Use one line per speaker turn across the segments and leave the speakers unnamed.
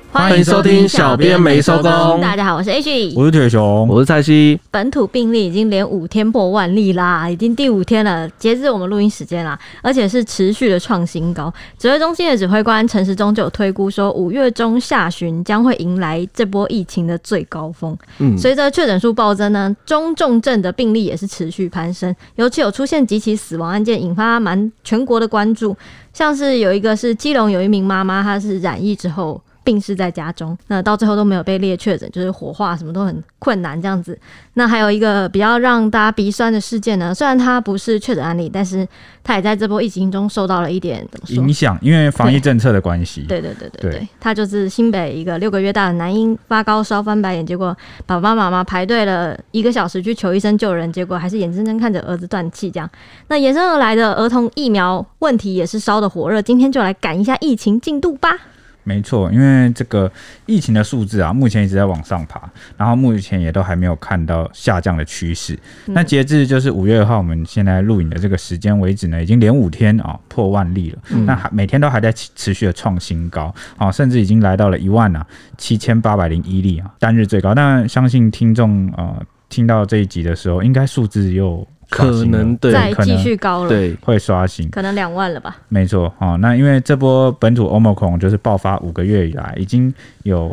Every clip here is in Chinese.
欢迎收听小编没收工。
大家好，我是 H，
我是铁熊，
我是蔡西。
本土病例已经连5天破万例啦，已经第5天了，截至我们录音时间啦，而且是持续的创新高。指挥中心的指挥官陈时中就有推估说，5月中下旬将会迎来这波疫情的最高峰。随着确诊数暴增呢，中重症的病例也是持续攀升，尤其有出现几起死亡案件，引发全国的关注。像是有一个是基隆有一名妈妈，她是染疫之后病逝在家中，那到最后都没有被列确诊，就是火化什么都很困难这样子。那还有一个比较让大家鼻酸的事件呢，虽然它不是确诊案例，但是它也在这波疫情中受到了一点怎么说
影响，因为防疫政策的关系。
对，他就是新北一个6个月大的男婴发高烧翻白眼，结果爸爸妈妈排队了1个小时去求医生救人，结果还是眼睁睁看着儿子断气这样。那衍生而来的儿童疫苗问题也是烧得火热，今天就来赶一下疫情进度吧。
没错，因为这个疫情的数字啊，目前一直在往上爬，然后目前也都还没有看到下降的趋势。那截至就是5月2号，我们现在录影的这个时间为止呢，已经连5天啊破万例了。那每天都还在持续的创新高啊，甚至已经来到了17801例啊，单日最高。但相信听众听到这一集的时候，应该数字又
可能对
再继续高了，
对，
会刷新，
可能2万了吧。
没错那因为这波本土 Omicron 就是爆发5个月以来，已经有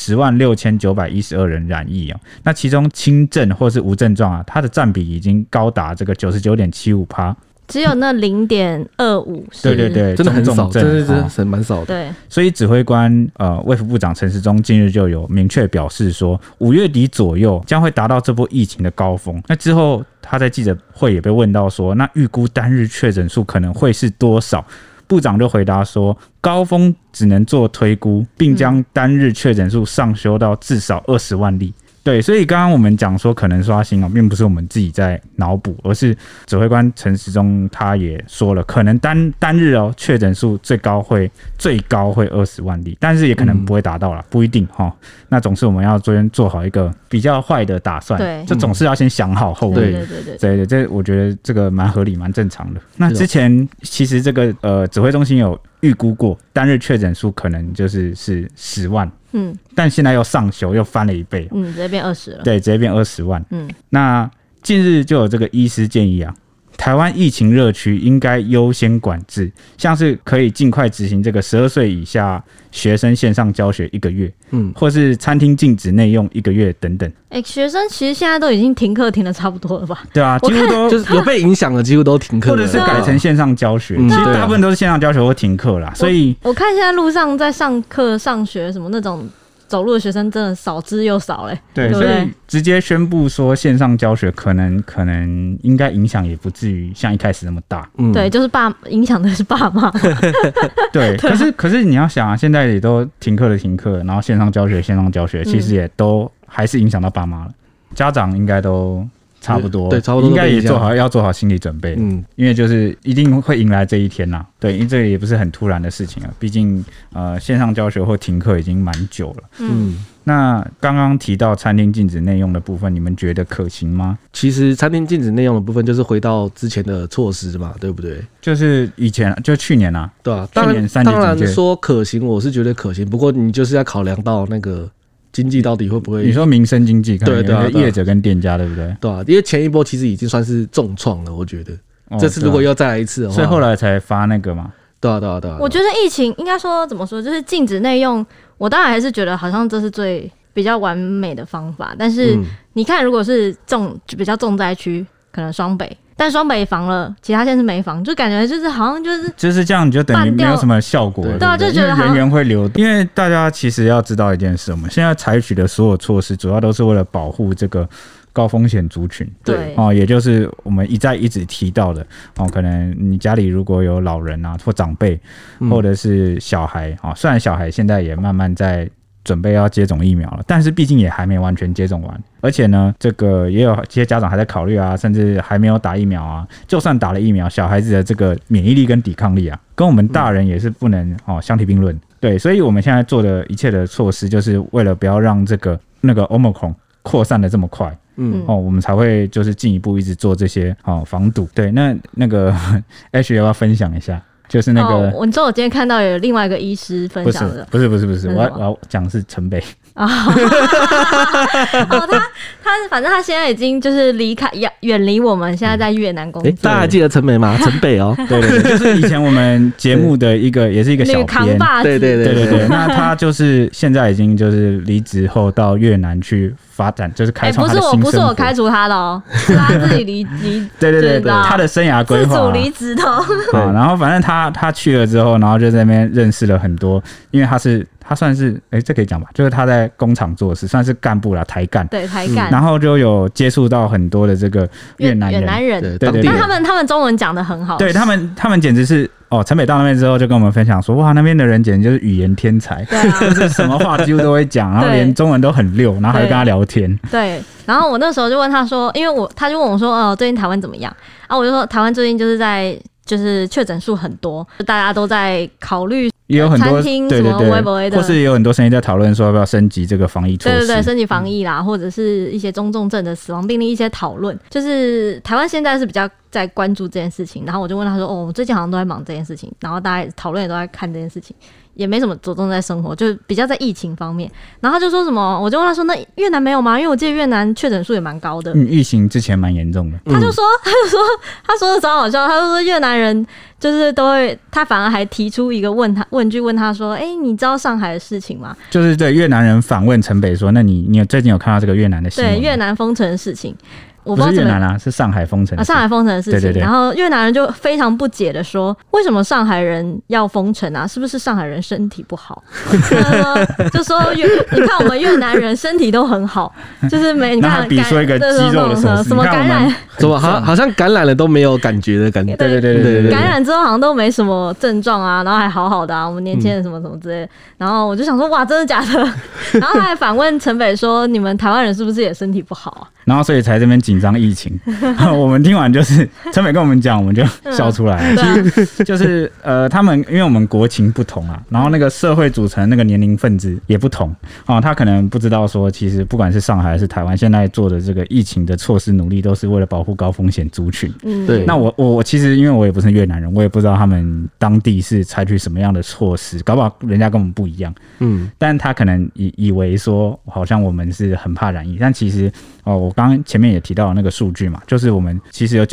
106912人染疫那其中轻症或是无症状它的占比已经高达这个 99.75%。
只有那 0.25 是
对，
真的很少，真的是蛮少的。
对，
所以指挥官卫福部长陈时中近日就有明确表示说，5月底左右将会达到这波疫情的高峰。那之后他在记者会也被问到说，那预估单日确诊数可能会是多少？部长就回答说，高峰只能做推估，并将单日确诊数上修到至少20万例。对，所以刚刚我们讲说可能刷新并不是我们自己在脑补，而是指挥官陈时中他也说了，可能单日确诊数最高会20万例，但是也可能不会达到啦，不一定那总是我们要做好一个比较坏的打算，对，就总是要先想好后面。对，这我觉得这个蛮合理蛮正常的。那之前其实这个指挥中心有预估过单日确诊数可能是10万。但现在又上修，又翻了1倍，
直接变20了。
对，直接变20万。那近日就有这个医师建议台湾疫情热区应该优先管制，像是可以尽快执行这个12岁以下学生线上教学1个月，或是餐厅禁止内用1个月等等。
学生其实现在都已经停课停的差不多了吧？
对啊，几乎都
就是有被影响的，几乎都停课，
或者是改成线上教学。其实大部分都是线上教学或停课啦。所以
我看现在路上在上课、上学什么那种走路的学生真的少之又少
对，所以直接宣布说线上教学可能应该影响也不至于像一开始那么大。
对，就是影响的是爸妈。
对，可是你要想现在也都停课的停课，然后线上教学，其实也都还是影响到爸妈了。家长应该都差不多，
对，差不多应该
也要做好心理准备。因为就是一定会迎来这一天啦。对，因为这个也不是很突然的事情了，毕竟线上教学或停课已经蛮久了。那刚刚提到餐厅禁止内用的部分，你们觉得可行吗？
其实餐厅禁止内用的部分就是回到之前的措施嘛，对不对？
就是以前就去年
对啊，
去年3级警戒，
当然说可行，我是觉得可行，不过你就是要考量到那个经济到底会不会？
你说民生经济，可能有业者跟店家，对不对？
对啊，因为前一波其实已经算是重创了，我觉得这次如果要再来一次的话，
所以后来才发那个嘛。
对啊。
我觉得疫情应该说怎么说，就是禁止内用，我当然还是觉得好像这是比较完美的方法。但是你看，如果是比较重灾区，可能双北。但双北防了，其他县是没防，就感觉就是好像
就是这样，你就等于没有什么效果。
对啊，就觉得
人员会流。因为大家其实要知道一件事，我们现在采取的所有措施，主要都是为了保护这个高风险族群。
对
也就是我们一直提到的可能你家里如果有老人或长辈，或者是小孩虽然小孩现在也慢慢在准备要接种疫苗了，但是毕竟也还没完全接种完，而且呢，这个也有一些家长还在考虑甚至还没有打疫苗就算打了疫苗，小孩子的这个免疫力跟抵抗力跟我们大人也是不能相提并论。对，所以我们现在做的一切的措施，就是为了不要让那个 Omicron 扩散的这么快。我们才会就是进一步一直做这些防堵。对，那个 H 要不要分享一下？ 就是那个
我知道我今天看到有另外一个医师分享的，
不是，我要讲的是陈北。
他反正他现在已经就是远离我们，现在在越南工作。
大家还记得陈北吗？陈北哦，
对，就是以前我们节目的也是一个小编，
扛把子，
对。
那他就是现在已经就是离职后到越南去发展，就是开创他的新生活。
不是我开除他的哦，是他自己离
对，他的生涯规划
自主离职的。
然后反正他去了之后，然后就在那边认识了很多，因为他算是这可以讲吧，就是他在工厂做事，算是干部啦，台干。
对，台干。
然后就有接触到很多的这个越南人，对。
但他们中文讲得很好，
对他们简直是陈北到那边之后就跟我们分享说，哇，那边的人简直就是语言天才，
对啊，
就是什么话几乎都会讲，然后连中文都很溜，然后还会跟他聊天。
对，然后我那时候就问他说，因为他就问我说，最近台湾怎么样？我就说台湾最近就是确诊数很多，大家都在考虑
也有很多
餐厅什么微博的，
或是也有很多声音在讨论说要不要升级这个防疫措施。
对，升级防疫啦，或者是一些中重症的死亡病例一些讨论。就是台湾现在是比较在关注这件事情，然后我就问他说，我最近好像都在忙这件事情，然后大家讨论也都在看这件事情，也没什么着重在生活，就比较在疫情方面。然后他就说什么，我就问他说，那越南没有吗？因为我记得越南确诊数也蛮高的，
疫情之前蛮严重的。
他说的超好笑，他就说越南人就是都会，他反而还提出一个问句问他说，你知道上海的事情吗？
就是对越南人反问陈北说，那你最近有看到这个越南的新闻吗？
对，越南封城的事情。我
不是越南啊，是上海封城。
上海封城的事情。
对。
然后越南人就非常不解的说：“为什么上海人要封城啊？是不是上海人身体不好？”就说你看我们越南人身体都很好，就是你看
比说一个肌肉的手势，
什么感染，
怎么好像感染了都没有感觉的感觉。
对，
感染之后好像都没什么症状啊，然后还好好的啊，我们年轻人什么什么之类的。然后我就想说，哇，真的假的？然后他还反问陈北说：“你们台湾人是不是也身体不好啊？”
然后所以才这边紧张疫情，我们听完就是陈北跟我们讲，我们就笑出来了。就是他们因为我们国情不同啊，然后那个社会组成那个年龄分子也不同他可能不知道说，其实不管是上海还是台湾，现在做的这个疫情的措施努力，都是为了保护高风险族群。
对。
那我其实因为我也不是越南人，我也不知道他们当地是采取什么样的措施，搞不好人家跟我们不一样。但他可能以为说，好像我们是很怕染疫，但其实我刚刚前面也提到那个数据嘛，就是我们其实有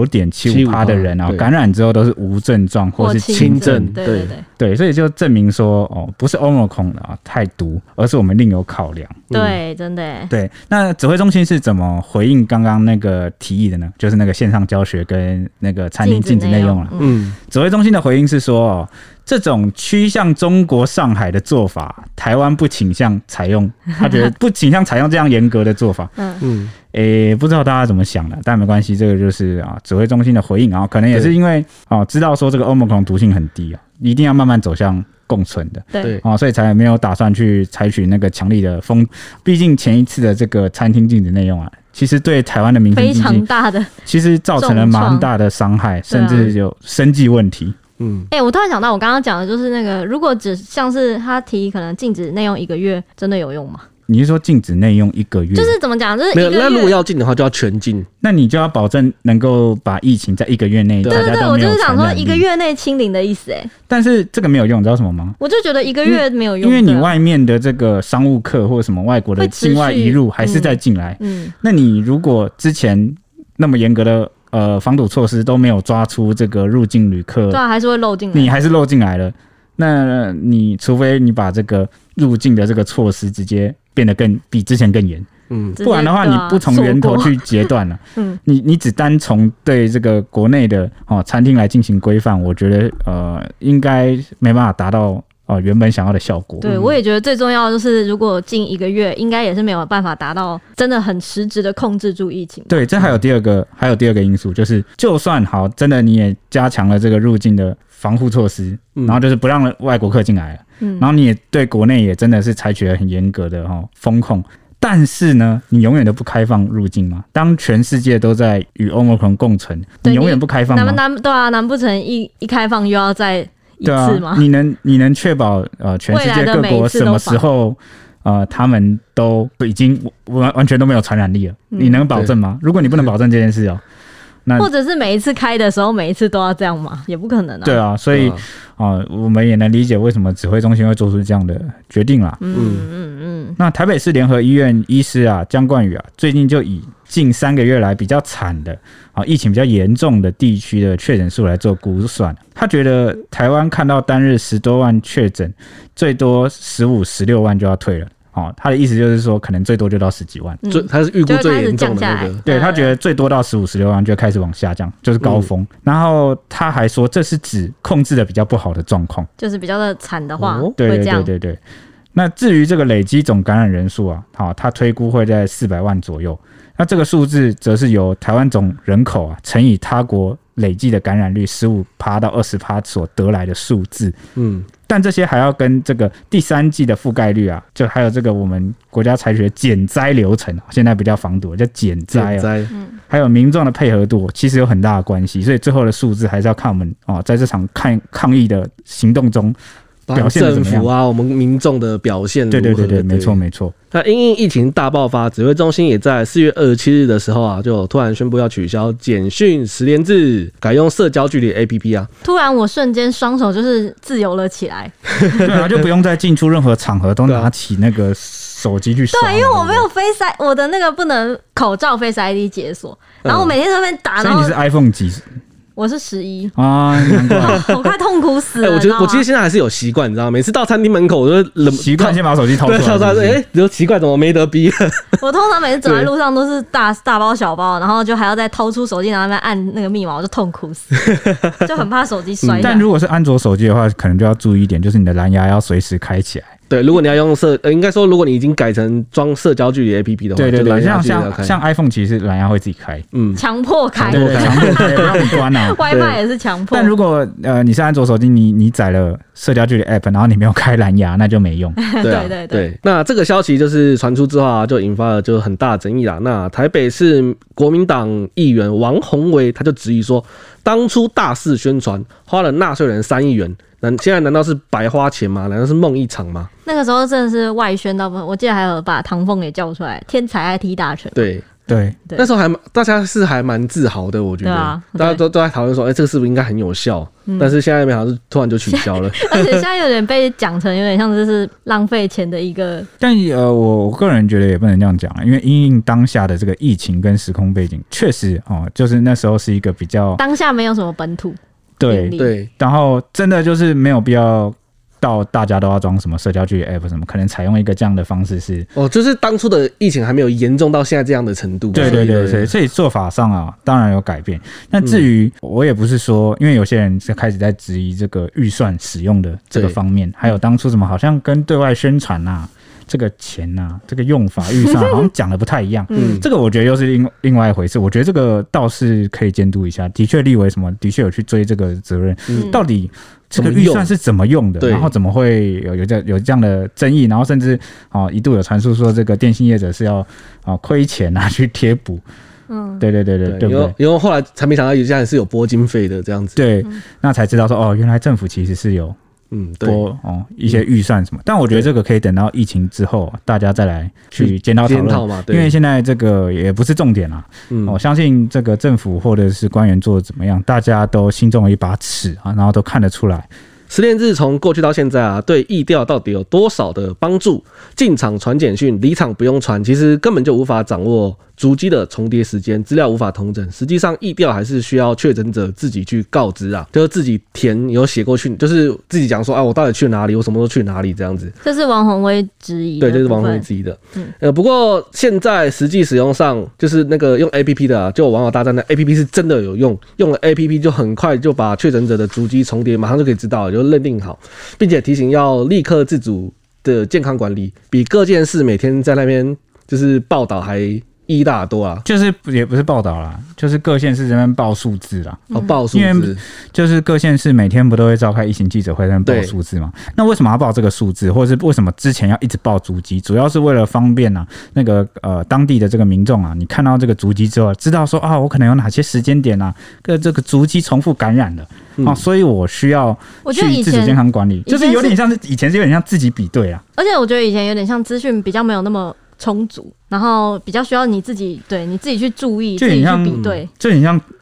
99.75% 的人感染之后都是无症状或是轻症。对，所以就证明说不是 Omicron 太毒，而是我们另有考量。
对，真的耶。
对，那指挥中心是怎么回应刚刚那个提议的呢？就是那个线上教学跟那个餐厅禁止内容了。指挥中心的回应是说这种趋向中国上海的做法，台湾不倾向采用，他觉得不倾向采用这样严格的做法。不知道大家怎么想的，但没关系，这个就是指挥中心的回应可能也是因为知道说这个 Omicron 毒性很低一定要慢慢走向共存的，
对
所以才没有打算去采取那个强力的封。毕竟前一次的这个餐厅禁止内用其实对台湾的民生经济
非常大的，
其实造成了蛮大的伤害，甚至有生计问题。
我突然想到，我刚刚讲的就是那个，如果只像是他提可能禁止内用1个月，真的有用吗？
你是说禁止内用1个月？
就是怎么讲，就是1个月。
没有，那如果要禁的话，就要全禁。
那你就要保证能够把疫情在1个月内，
对，我就是想说1个月内清零的意思。
但是这个没有用，你知道什么吗？
我就觉得1个月没有用，
因为你外面的这个商务客或者什么外国的境外移入还是在进来。那你如果之前那么严格的防堵措施都没有抓出这个入境旅客，
对还是会漏进来，
你还是漏进来了。那你除非你把这个入境的这个措施直接变得比之前更严，不然的话你不从源头去截断了，你只单从对这个国内的餐厅来进行规范，我觉得应该没办法达到原本想要的效果。
对，我也觉得最重要的就是，如果近1个月，应该也是没有办法达到真的很实质的控制住疫情。
对，这还有第二个因素，就是就算好，真的你也加强了这个入境的防护措施，然后就是不让外国客进来了，然后你也对国内也真的是采取了很严格的风控。但是呢，你永远都不开放入境吗？当全世界都在与 Omicron 共存，你永远不开放吗？
难不成一开放又要再一次吗？
你能确保全世界各国什么时候他们都已经完全都没有传染力了？你能保证吗？如果你不能保证这件事那
或者是每一次开的时候，每一次都要这样嘛，也不可能啊。
对啊，所以我们也能理解为什么指挥中心会做出这样的决定啦。那台北市联合医院医师啊江冠宇啊，最近就以近3个月来比较惨的疫情比较严重的地区的确诊数来做估算，他觉得台湾看到单日10多万确诊，最多15、16万就要退了。他的意思就是说，可能最多就到10几万，
他是预估最严重的那个，
对，他觉得最多到15、16万就开始往下降，就是高峰。然后他还说，这是指控制的比较不好的状况，
就是比较的惨的话，
对
会这样。
对。那至于这个累积总感染人数啊，他推估会在400万左右。那这个数字则是由台湾总人口啊乘以他国累计的感染率15%到20%所得来的数字。但这些还要跟这个第3剂的覆盖率啊，就还有这个我们国家采取的减灾流程，现在不叫防堵，叫减灾还有民众的配合度，其实有很大的关系。所以最后的数字还是要看我们在这场抗疫的行动中表现得怎么样，
政府啊，我们民众的表现如何？
对，没错。
那因应疫情大爆发，指挥中心也在4月27日的时候啊，就突然宣布要取消简讯10连制，改用社交距离 APP 啊。
突然我瞬间双手就是自由了起来。
对啊，就不用再进出任何场合都拿起那个手机去刷。
对，因为我没有 Face ID， 我的那个不能口罩 Face ID 解锁，然后我每天在那边打。
所以你是 iPhone 几？
我是11
啊，难怪
我快痛苦死了。
我其实现在还是有习惯，你知道吗？每次到餐厅门口，我就
习惯先把手机掏出来。
对，就奇怪，怎么没得逼？
我通常每次走在路上都是大包小包，然后就还要再掏出手机，然后那边按那个密码，我就痛苦死，就很怕手机摔。
但如果是安卓手机的话，可能就要注意一点，就是你的蓝牙要随时开起来。
对，如果你要用应该说，如果你已经改成装社交距离 APP 的话，
对，像 iPhone 其实蓝牙会自己开，
强迫开，
对，强迫开，不让你关啊。
WiFi 也是强迫。
但如果你是安卓手机，你载了社交距离 App， 然后你没有开蓝牙，那就没用。
对。那这个消息就是传出之后啊，就引发了就很大的争议啦。那台北市国民党议员王宏维他就质疑说，当初大肆宣传，花了纳税人3亿元。现在难道是白花钱吗？难道是梦一场吗？
那个时候真的是外宣到不，我记得还有把唐凤给叫出来，天才 IT 大臣。
对，那时候大家是还蛮自豪的，我觉得，大家都在讨论说，这个是不是应该很有效？但是现在没想到突然就取消了，
而且现在有点被讲成有点像是浪费钱的一个。
但我个人觉得也不能这样讲，因为因应当下的这个疫情跟时空背景，确实就是那时候是一个比较
当下没有什么本土。
对，然后真的就是没有必要到大家都要装什么社交距离 App 什么，可能采用一个这样的方式是
就是当初的疫情还没有严重到现在这样的程度。
对，所以做法上啊，当然有改变。但至于我也不是说，因为有些人是开始在质疑这个预算使用的这个方面，还有当初怎么好像跟对外宣传啊。这个钱啊，这个用法预算好像讲的不太一样，这个我觉得又是另外一回事。我觉得这个倒是可以监督一下，的确立委什么的确有去追这个责任，到底这个预算是怎么用的，然后怎么会有这样的争议，然后甚至一度有传出说这个电信业者是要亏钱啊去贴补。对不对？
因为后来才没想到有些人是有拨经费的这样子，
对，那才知道说原来政府其实是有。多一些预算什么，但我觉得这个可以等到疫情之后，大家再来去检讨讨论
嘛。
因为现在这个也不是重点啦。我相信这个政府或者是官员做的怎么样，大家都心中有一把尺啊，然后都看得出来。
10连制从过去到现在啊，对疫调到底有多少的帮助？进场传简讯，离场不用传，其实根本就无法掌握足迹的重叠时间，资料无法统整。实际上，疫调还是需要确诊者自己去告知啊，就是自己填有写过去，就是自己讲说我到底去哪里，我什么时候去哪里这样子。
这是王宏威质疑的，
对，这是王宏威质疑的。不过现在实际使用上，就是那个用 APP 的就网友大战的 APP 是真的有用，用了 APP 就很快就把确诊者的足迹重叠，马上就可以知道，就认定好，并且提醒要立刻自主的健康管理，比各县市每天在那边就是报道还意义大多啊。
就是也不是报道啦，就是各县市这边报数字啦。
报数字，
因为就是各县市每天不都会召开疫情记者会，在那边报数字嘛？那为什么要报这个数字，或者是为什么之前要一直报足迹？主要是为了方便啊，那个当地的这个民众啊，你看到这个足迹之后，知道说我可能有哪些时间点啊，跟这个足迹重复感染了。所以我需要去自主健康管理，就是有点像是以前是有点像自己比对啊。
而且我觉得以前有点像资讯比较没有那么充足，然后比较需要你自己去注意，自己去比对，
就很像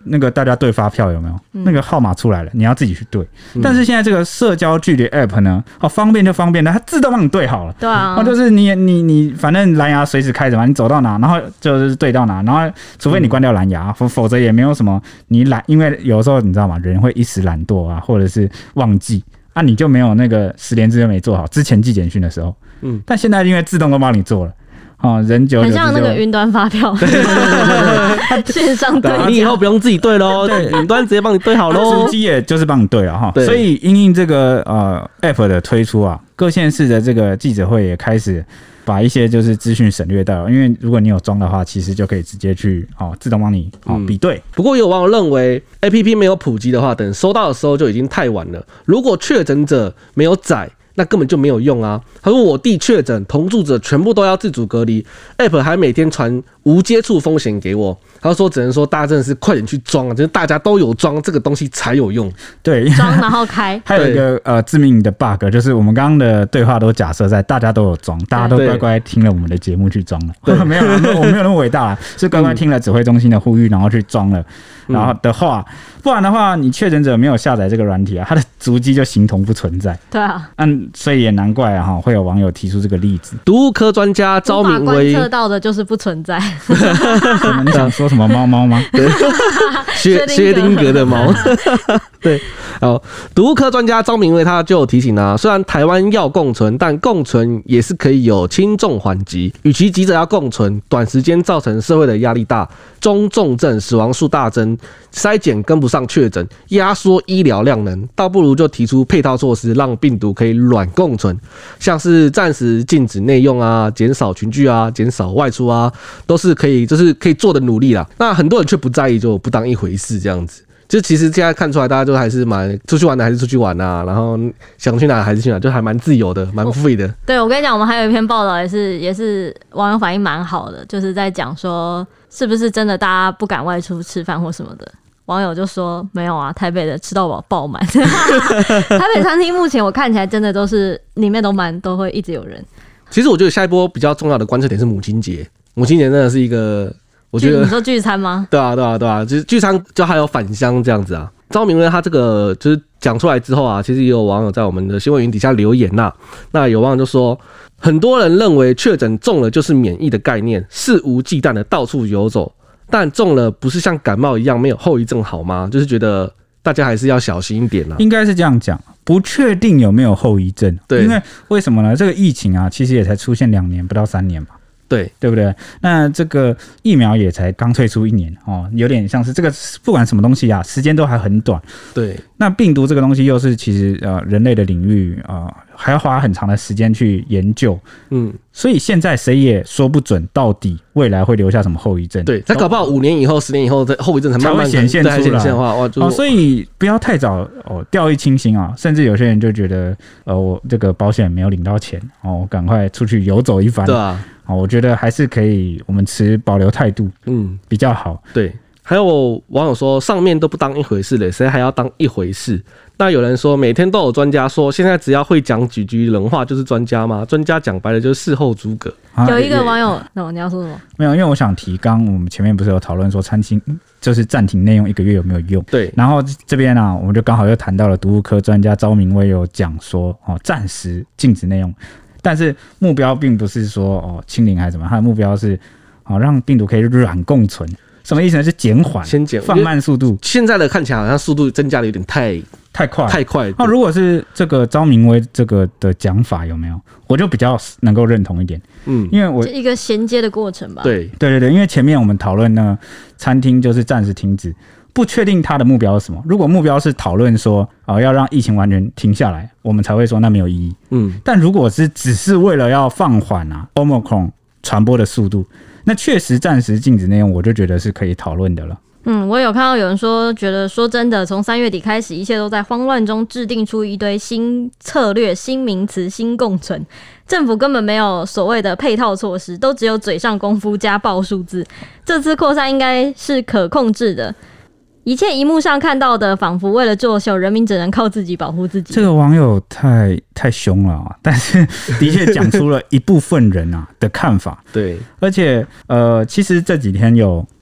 那个大家对发票有没有？那个号码出来了，你要自己去对。但是现在这个社交距离 App 呢，方便就方便了，它自动帮你对好了。
对啊，
就是你反正蓝牙随时开着嘛，你走到哪，然后就是对到哪，然后除非你关掉蓝牙，否则也没有什么你懒，因为有时候你知道吗？人会一时懒惰啊，或者是忘记啊，你就没有那个10连制就没做好。之前寄简讯的时候，但现在因为自动都帮你做了。人久
很像那个云端发票，线上对，
你以后不用自己对咯，云端直接帮你对好咯。
手机也就是帮你对了哈。所以因应这个App 的推出啊，各县市的这个记者会也开始把一些就是资讯省略掉，因为如果你有装的话，其实就可以直接去自动帮你比对。
不过有网友认为 APP 没有普及的话，等收到的时候就已经太晚了。如果确诊者没有载，那根本就没有用啊！他说我弟确诊，同住者全部都要自主隔离 ，App 还每天传无接触风险给我。他说只能说大家真的是快点去装啊，就是大家都有装这个东西才有用。
对，
装然后开。
还有一个致命的 bug， 就是我们刚刚的对话都假设在大家都有装，大家都乖乖听了我们的节目去装了。没有啦，我没有那么伟大啦，是乖乖听了指挥中心的呼吁，然后去装了。然后的话，不然的话，你确诊者没有下载这个软体啊，他的足迹就形同不存在。
对啊，
所以也难怪啊，会有网友提出这个例子。
毒物科专家昭明威
观测到的就是不存在。
你想说什么猫吗？
薛丁格的猫。对，好，毒物科专家昭明威他就有提醒啊，虽然台湾要共存，但共存也是可以有轻重缓急。与其急着要共存，短时间造成社会的压力大，中重症死亡数大增，筛检跟不上确诊，压缩医疗量能，倒不如就提出配套措施，让病毒可以软共存，像是暂时禁止内用啊，减少群聚啊，减少外出啊，都是可以，就是可以做的努力啦。那很多人却不在意，就不当一回事，这样子。就其实现在看出来，大家都还是蛮出去玩的，还是出去玩啊，然后想去哪还是去哪，就还蛮自由的，蛮 free 的。
对，我跟你讲，我们还有一篇报道也是网友反应蛮好的，就是在讲说是不是真的大家不敢外出吃饭或什么的。网友就说没有啊，台北的吃到饱爆满。台北餐厅目前我看起来真的都是里面都会一直有人。
其实我觉得下一波比较重要的观测点是母亲节，母亲节真的是一个。我觉得
你说聚餐吗？
对啊，就是聚餐就还有返乡这样子啊。昭明威他这个就是讲出来之后啊，其实也有网友在我们的新闻云底下留言呐。那有网友就说，很多人认为确诊中了就是免疫的概念，肆无忌惮的到处游走，但中了不是像感冒一样没有后遗症好吗？就是觉得大家还是要小心一点啊。
应该是这样讲，不确定有没有后遗症。
对，
因为为什么呢？这个疫情啊，其实也才出现2年不到3年嘛。对不对？那这个疫苗也才刚推出1年有点像是这个不管什么东西啊，时间都还很短。
对，
那病毒这个东西又是其实人类的领域还要花很长的时间去研究。所以现在谁也说不准到底未来会留下什么后遗症。
对，他搞不好5年以后、10年以后的后遗症才慢慢
会显现出来
的话，哇，
所以不要太早掉以轻心啊。甚至有些人就觉得我这个保险没有领到钱我赶快出去游走一番。
对啊。
我觉得还是可以，我们持保留态度，比较好。
对，还有网友说，上面都不当一回事了，谁还要当一回事？那有人说，每天都有专家说，现在只要会讲几句人话就是专家吗？专家讲白了就是事后诸葛。
有一个网友，你要说什么？
没有，因为我想提，刚我们前面不是有讨论说，餐厅就是暂停内用1个月有没有用？
对。
然后这边啊，我们就刚好又谈到了毒物科专家昭明威有讲说，暂时禁止内用。但是目标并不是说清零还是怎么样，它的目标是让病毒可以软共存。什么意思呢？是减缓，放慢速度。
现在的看起来好像速度增加的有点太快。
那如果是这个昭明威这个的讲法有没有？我就比较能够认同一点。因为我
一个衔接的过程吧。
对，
因为前面我们讨论呢，餐厅就是暂时停止。不确定他的目标是什么。如果目标是讨论说要让疫情完全停下来，我们才会说那没有意义。但如果是只是为了要放缓Omicron 传播的速度，那确实暂时禁止内容，我就觉得是可以讨论的了。
我有看到有人说，觉得说真的，从3月底开始，一切都在慌乱中制定出一堆新策略、新名词、新共存。政府根本没有所谓的配套措施，都只有嘴上功夫加报数字。这次扩散应该是可控制的。一切荧幕上看到的，仿佛为了作秀，人民只能靠自己保护自己。
这个网友太凶了但是的确讲出了一部分人的看法。
对，
而且其实这几天有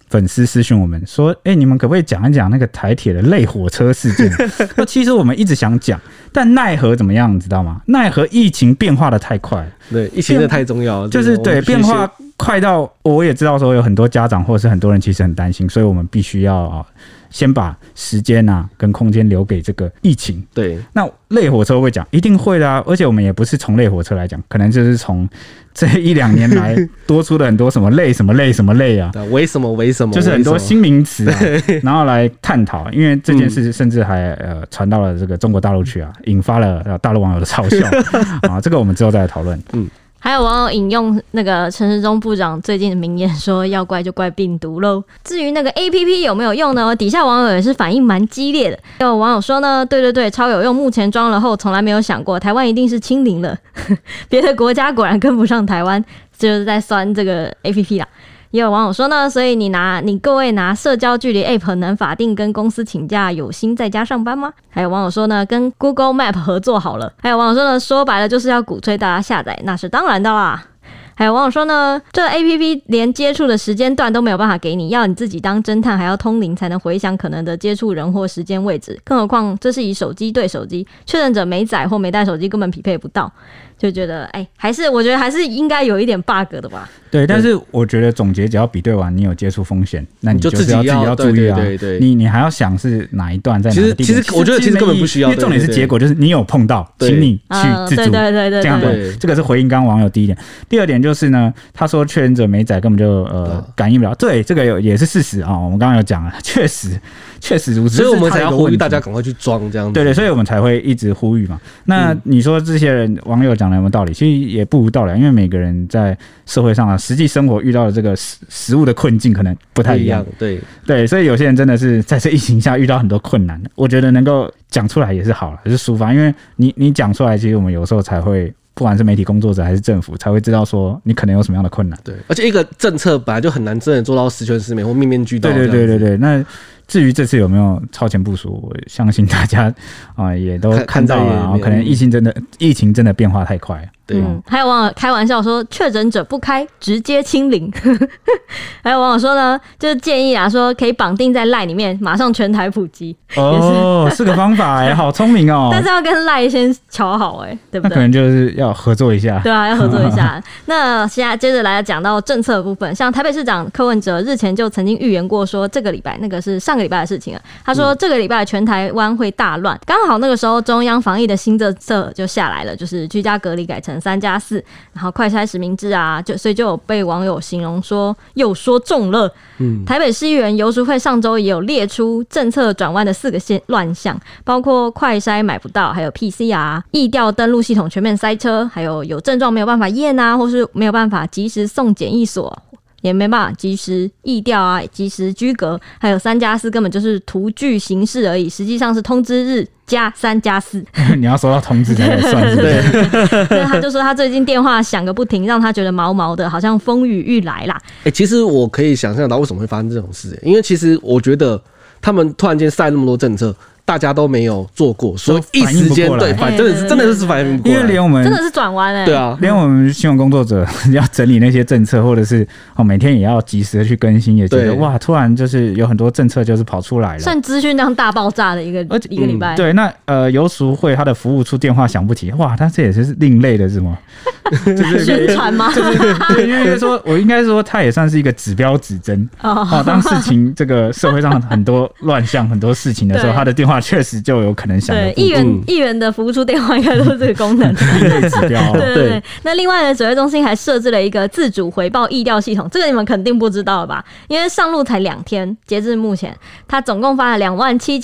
粉丝私讯我们说，你们可不可以讲一讲那个台铁的类火车事件？其实我们一直想讲，但奈何怎么样，你知道吗？奈何疫情变化的太快了。
对，疫情真的太重要了，
就是对变化快到我也知道说有很多家长或者是很多人其实很担心，所以我们必须要先把时间跟空间留给这个疫情。
对，
那类火车会讲一定会的啊，而且我们也不是从类火车来讲，可能就是从这1-2年来多出了很多什么类什么类什么类啊，
为什么
就是很多新名词啊，然后来探讨，因为这件事甚至还传到了这个中国大陆去啊，引发了大陆网友的嘲笑啊，这个我们之后再来讨论。
还有网友引用那个陈时中部长最近的名言说，要怪就怪病毒喽。至于那个 APP 有没有用呢？底下网友也是反应蛮激烈的。有网友说呢，对，超有用，目前装了后从来没有想过台湾一定是清零了，别的国家果然跟不上台湾，就是在酸这个 APP 啦。也有网友说呢，所以你各位拿社交距离 App 能法定跟公司请假，有心在家上班吗？还有网友说呢，跟 Google Map 合作好了。还有网友说呢，说白了就是要鼓吹大家下载，那是当然的啦。还有网友说呢，这 APP 连接触的时间段都没有办法给你，要你自己当侦探，还要通灵才能回想可能的接触人或时间位置，更何况这是以手机对手机，确认者没载或没带手机根本匹配不到，就觉得我觉得还是应该有一点 bug 的吧。
对，但是我觉得总结只要比对完你有接触风险，那你就是要自己要注意啊。
对，
你还要想是哪一段在哪个地方。
其实我觉得其实根本不需要，
因为重点是结果，就是你有碰到，请你去自主。
对，
这样子，这个是回应刚刚网友第一点。第二点就是呢，他说确认者没载根本就感应不了。对，这个也是事实啊。我们刚刚有讲了，确实如此，
所以我们才要呼吁大家赶快去装这样子。
对，所以我们才会一直呼吁嘛。那你说这些人网友讲的有没有道理？其实也不无道理，因为每个人在社会上实际生活遇到的这个食物的困境可能不太一样。对，所以有些人真的是在这疫情下遇到很多困难，我觉得能够讲出来也是好了，也是抒发，因为你讲出来，其实我们有时候才会。不管是媒体工作者还是政府，才会知道说你可能有什么样的困难。
对，而且一个政策本来就很难真的做到十全十美或面面俱到。
对。那至于这次有没有超前部署，我相信大家也都看到了，可能疫情真的变化太快。对，
还有网友开玩笑说，确诊者不开，直接清零。还有网友说呢，就是建议说可以绑定在 LINE 里面，马上全台普及。
是个方法好聪明哦。
但是要跟 LINE 先瞧好对不对？
那可能就是要合作一下。
对啊，要合作一下。那现在接着来讲到政策的部分，像台北市长柯文哲日前就曾经预言过说，这个礼拜那个是上个礼拜的事情了。他说这个礼拜全台湾会大乱，刚好那个时候中央防疫的新政策就下来了，就是居家隔离改成3+4，然后快筛实名制啊，所以就有被网友形容说又说中了。台北市议员游淑慧上周也有列出政策转弯的4个乱象，包括快筛买不到，还有 PCR 疫调登录系统全面塞车，还有症状没有办法验啊，或是没有办法及时送检疫所，也没办法及时疫调啊，及时居隔，还有3+4根本就是图具形式而已，实际上是通知日加3+4。
你要收到通知才能算是不是？
对，他就说他最近电话响个不停，让他觉得毛毛的，好像风雨欲来啦。
其实我可以想象到为什么会发生这种事，因为其实我觉得他们突然间塞那么多政策。大家都没有做过，所以一时间对，真的是反应不过来，
因为连我们
真的是转弯
对啊，
连我们新闻工作者要整理那些政策，或者是每天也要及时的去更新，也觉得哇，突然就是有很多政策就是跑出来了，
算资讯量大爆炸的一个礼拜。
对，那游淑慧他的服务处电话响不停，哇，他这也是另类的是吗？
就是宣传吗？
对，因为说我应该说他也算是一个指标指针当事情这个社会上很多乱象、很多事情的时候，他的电话确实就有可能响。
对，议员的服务处电话应该都是这个功能。
指标。
对。那另外呢，指挥中心还设置了一个自主回报疫调系统，这个你们肯定不知道了吧？因为上路才2天，截至目前，他总共发了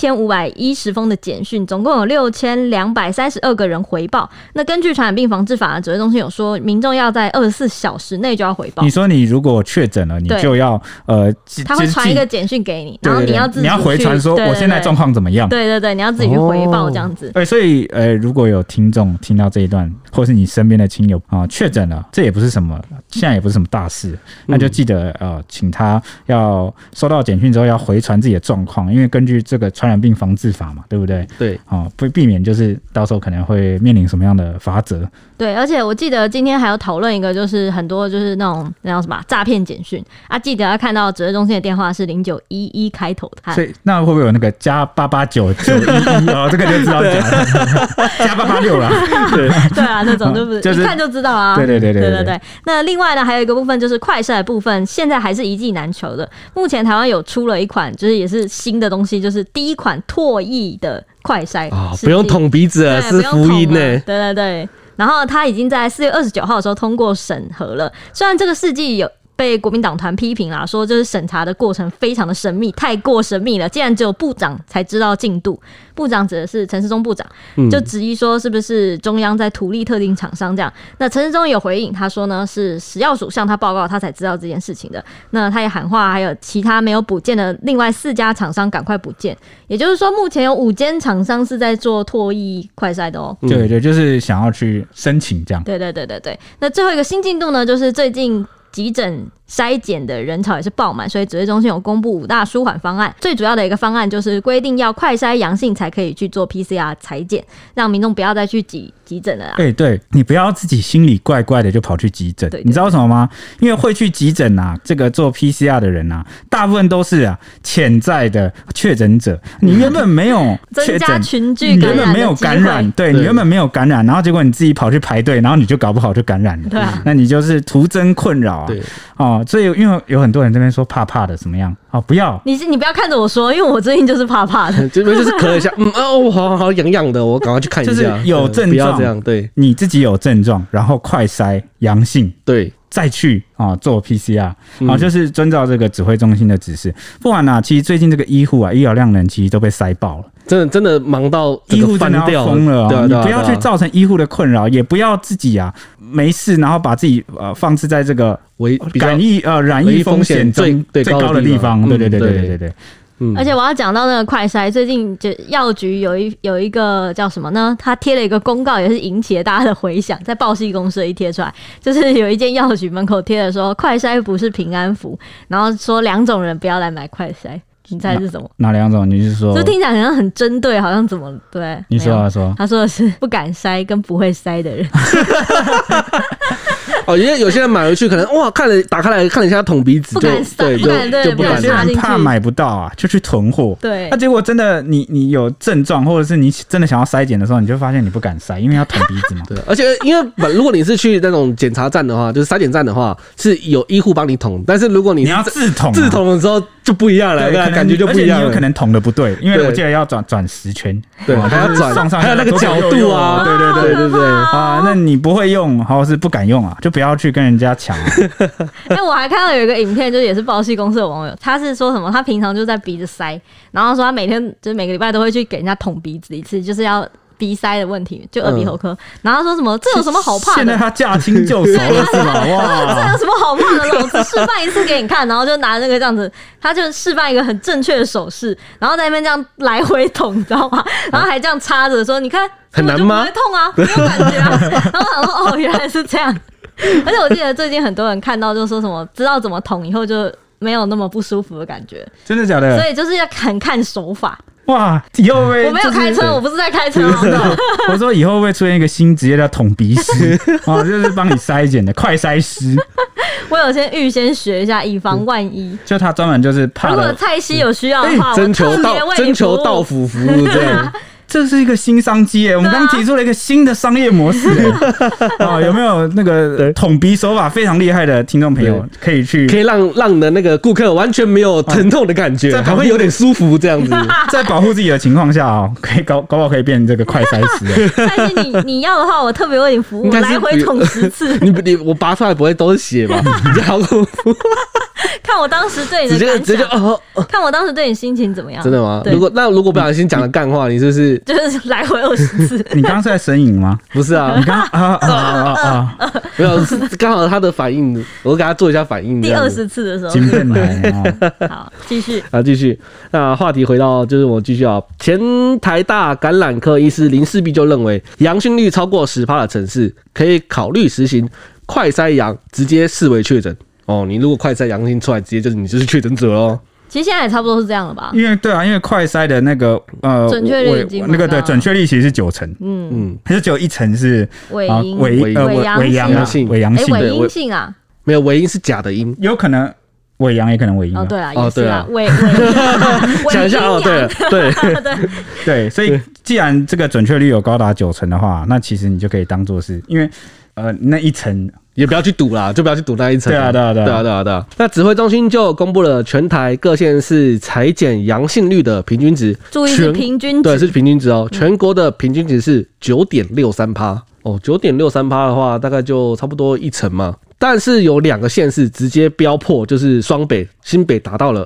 27510封的简讯，总共有6232个人回报。那根据传染病防治法，指挥中心有说，民众要在24小时内就要回报。
你说你如果确诊了，你就要
他会传一个简讯给你，然后你要自己
你要回传说我现在状况怎么样？
对， 对对对，你要自己去回报这样子。
所以如果有听众听到这一段，或是你身边的亲友确诊了，这也不是什么，现在也不是什么大事，那就记得请他要收到简讯之后要回传自己的状况，因为根据这个传染病防治法嘛，对不对？
对，
避免就是到时候可能会面临什么样的罚则。
对，而且我记得今天还有讨论一个，就是很多就是那种什么诈骗简讯啊，记得要看到指挥中心的电话是0911开头的，
所以那会不会有那个加889911这个就知道假的，加886啦。
对啊，那种就是一看就知道啊。对。那另外呢，还有一个部分就是快筛的部分，现在还是一剂难求的。目前台湾有出了一款，就是也是新的东西，就是第一款唾液的快筛
不用捅鼻子了，是福音呢。
对。然后它已经在4月29号的时候通过审核了，虽然这个事迹有被国民党团批评啦，说就是审查的过程非常的神秘，太过神秘了，竟然只有部长才知道进度。部长指的是陈时中部长，就质疑说是不是中央在图利特定厂商这样。那陈时中有回应，他说呢是食药署向他报告，他才知道这件事情的。那他也喊话，还有其他没有补件的另外4家厂商赶快补件。也就是说，目前有5间厂商是在做唾液快筛的哦。
对，就是想要去申请这样。
对。那最后一个新进度呢，就是最近急诊筛检的人潮也是爆满，所以指挥中心有公布5大舒缓方案。最主要的一个方案就是规定要快筛阳性才可以去做 PCR 采检，让民众不要再去急诊了啦。
对，你不要自己心里怪怪的就跑去急诊。你知道为什么吗？因为会去急诊这个做 PCR 的人大部分都是潜在的确诊者。你原本没有确诊，
增加群聚感染，
你原本没有感染，对，你原本没有感染，然后结果你自己跑去排队，然后你就搞不好就感染了。
对啊，
那你就是徒增困扰。
对。
所以因为有很多人这边说怕怕的怎么样？不要，
你不要看着我说，因为我最近就是怕怕的，
就是咳一下，好痒痒的，我赶快去看一下。
就是有症状，
不要这样，对，
你自己有症状，然后快筛阳性，
对，
再去做 PCR，就是遵照这个指挥中心的指示。不然其实最近这个医护医疗量能其实都被塞爆了。
真的忙到
医护真的要疯了你不要去造成医护的困扰，也不要自己没事，然后把自己放置在这个染疫风险最高的地方。对。
而且我要讲到那个快筛，最近就药局有一个叫什么呢？他贴了一个公告，也是引起了大家的回响，在报系公司一贴出来，就是有一间药局门口贴了说快筛不是平安符，然后说2种人不要来买快筛。你猜是什么？
哪2种？你是说？
就听起来好像很针对，好像怎么对？
你说
他说的是不敢筛跟不会筛的人。
因为有些人买回去可能打开来看了一下捅鼻子，
不敢塞，
就不敢
插进去，
怕买不到就去囤货。
对，
那结果真的你有症状，或者是你真的想要筛检的时候，你就发现你不敢筛，因为要捅鼻子嘛。
对，而且因为如果你是去那种检查站的话，就是筛检站的话，是有医护帮你捅，但是如果你
要自捅
的时候就不一样了，感觉就不一样了。
而且你有可能捅的不对，因为我记得要转10圈，
对，还要转
上
还有那个角度啊，对
那你不会用或是不敢用就不要去跟人家抢。
我还看到有一个影片，就是也是报系公司的网友，他是说什么？他平常就在鼻子塞，然后说他每天就是每个礼拜都会去给人家捅鼻子一次，就是要鼻塞的问题，就耳鼻喉科。然后说什么这有什么好怕的？
现在他驾轻就熟了是吧？哇，
这有什么好怕的？老子示范一次给你看，然后就拿那个这样子，他就示范一个很正确的手势，然后在那边这样来回捅，你知道吗？然后还这样插着说，你看
很难吗？
不会痛啊，没有感觉啊。然后我想说原来是这样。而且我记得最近很多人看到就说什么知道怎么捅以后就没有那么不舒服的感觉。
真的假的？
所以就是要看手法。
哇，以后会
我没有开车，我不是在开车。
我说以后会出现一个新职业叫捅鼻师就是帮你筛检的快筛师。
我有预先学一下，以防万一。
就他专门就是怕。
如果蔡西有需要的话，
征求到府服务这样。
这是一个新商机我们刚提出了一个新的商业模式有没有那个捅鼻手法非常厉害的听众朋友可以
让你的那个顾客完全没有疼痛的感觉，还会有点舒服这样子。
在保护自己的情况下可以搞不好可以变成这个快筛师。
但是你要的话，我特别为你服务，来回捅10次。
我拔出来不会都是血吧？比较好恐怖。
看我当时对你的感
直接
想，看我当时对你心情怎么样？
真的吗？
对
如果不小心讲了干话，你是不是
就是来回20次？
你刚刚是在呻吟吗？
不是啊？
你刚
没有，刚好他的反应，我给他做一下反应。
第20次的时候，
金片来
好，继续。
继续。那话题回到，就是我继续啊。前台大感染科医师林世璧就认为，阳性率超过10%的城市，可以考虑实行快筛阳，直接视为确诊。哦，你如果快筛阳性出来，直接你就是确诊者喽。
其实现在也差不多是这样了吧？
因为快筛的那个
准确率已经
那个对准确率其实是90%，可是只有1层是
伪阴
伪阳性，伪阳性，
伪阴性啊，
没有伪阴是假的阴，
有可能伪阳也可能伪阴
哦，对啊，
哦对啊，
想
一下哦，
对，所以既然这个准确率有高达90%的话，那其实你就可以当做是因为那一层。
也不要去赌啦，就不要去赌那一层。
对啊。
那指挥中心就公布了全台各县市采检阳性率的平均值，
注意是平均值，
对，是平均值哦。全国的平均值是9.63%哦，9.63%的话，大概就差不多1成嘛。但是有2个县市直接飙破，就是双北、新北达到了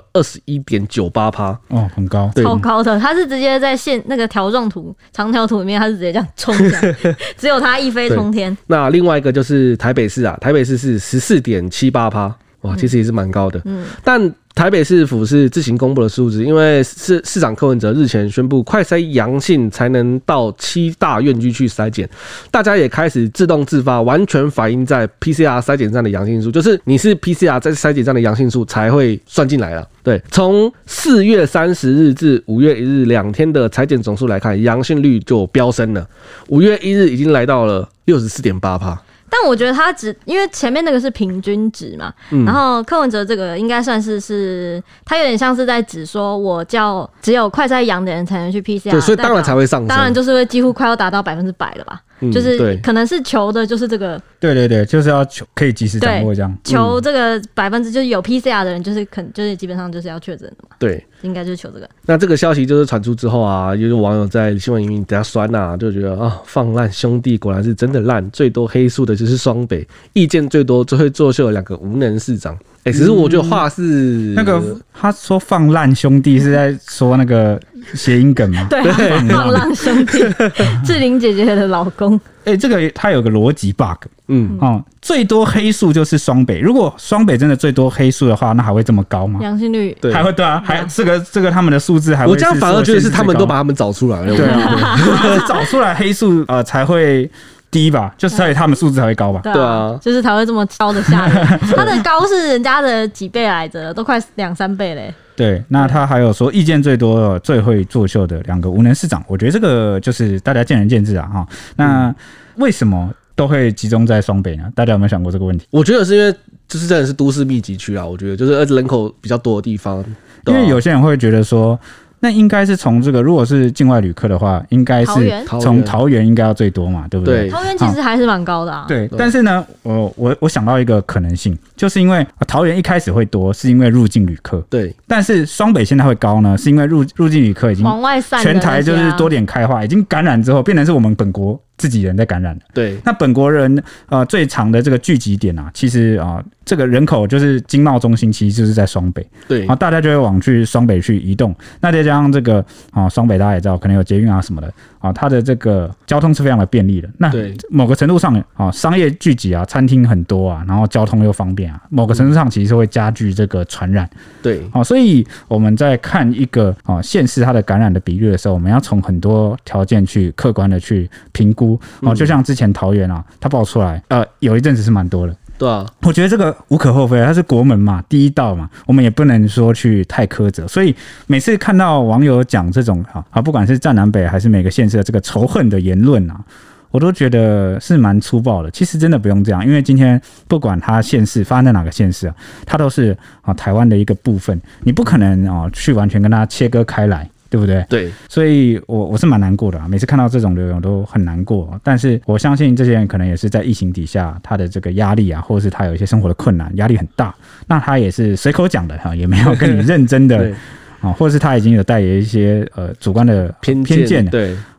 21.98%
哦，很高，
超高的。它是直接在那个条状图、长条图里面，它是直接这样冲下来，只有它一飞冲天。
那另外一个就是台北市啊，台北市是14.78%，哇，其实也是蛮高的。但台北市府是自行公布的数字，因为市长柯文哲日前宣布，快筛阳性才能到7大院区去筛检，大家也开始自动自发，完全反映在 PCR 筛检站的阳性数，就是你是 PCR 在筛检站的阳性数才会算进来了。对，从4月30日至5月1日2天的采检总数来看，阳性率就飙升了，5月1日已经来到了64.8%。
但我觉得他因为前面那个是平均值嘛，然后柯文哲这个应该算是他有点像是在指说，我叫只有快筛阳的人才能去 PCR，
对，所以当然才会上升，
当然就是会几乎快要达到100%了吧。就是可能是求的就是这个，
对，就是要求可以及时掌握这样，
求这个就是有 PCR 的人就是基本上就是要确诊的嘛，
对，
应该就是求这个。
那这个消息就是传出之后啊，有网友在新闻营底下酸啊，就觉得啊，放烂兄弟果然是真的烂，最多黑数的就是双北，意见最多最会作秀的2个无能市长。其实我觉得话是
那个他说放烂兄弟是在说那个谐音梗吗？
对，放烂兄弟，志玲姐姐的老公。
这个他有个逻辑 bug，最多黑数就是双北，如果双北真的最多黑数的话，那还会这么高吗？
阳性率
还会对啊，还这个他们的数字还会，
我这样反而觉得是他们都把他们找出来了，
对啊，找出来黑数才会低吧，就是所以他们数字才会高吧？
对啊，就是才会这么高的吓人。他的高是人家的几倍来着，都快2-3倍嘞。
对，那他还有说意见最多、最会作秀的2个无能市长，我觉得这个就是大家见仁见智啊哈。那为什么都会集中在双北呢？大家有没有想过这个问题？
我觉得是因为就是真的是都市密集区啊，我觉得就是人口比较多的地方，
因为有些人会觉得说。那应该是从这个，如果是境外旅客的话，应该是从桃园应该要最多嘛，对不对？
桃园其实还是蛮高的啊。
对，但是呢，我想到一个可能性，就是因为桃园一开始会多，是因为入境旅客。
对，
但是双北现在会高呢，是因为入境旅客已经
往外散，
全台就是多点开化，已经感染之后，变成是我们本国自己人在感染了。
对，
那本国人最长的这个聚集点啊，其实这个人口就是经贸中心，其实就是在双北。
对，
大家就会往去双北去移动。那再加上这个双北大家也知道，可能有捷运啊什么的它的这个交通是非常的便利的。那某个程度上商业聚集啊，餐厅很多啊，然后交通又方便啊，某个程度上其实是会加剧这个传染。
对，
所以我们在看一个县市它的感染的比率的时候，我们要从很多条件去客观的去评估。就像之前桃园它爆出来有一阵子是蛮多的。
对啊，
我觉得这个无可厚非，它是国门嘛，第一道嘛，我们也不能说去太苛责。所以每次看到网友讲这种不管是战南北还是每个县市的这个仇恨的言论我都觉得是蛮粗暴的。其实真的不用这样，因为今天不管它县市发生在哪个县市它都是台湾的一个部分，你不可能去完全跟它切割开来。对不对？
对，
所以我是蛮难过的每次看到这种留言都很难过。但是我相信这些人可能也是在疫情底下，他的这个压力或者是他有一些生活的困难，压力很大。那他也是随口讲的也没有跟你认真的或者是他已经有带有一些主观的偏见。
对。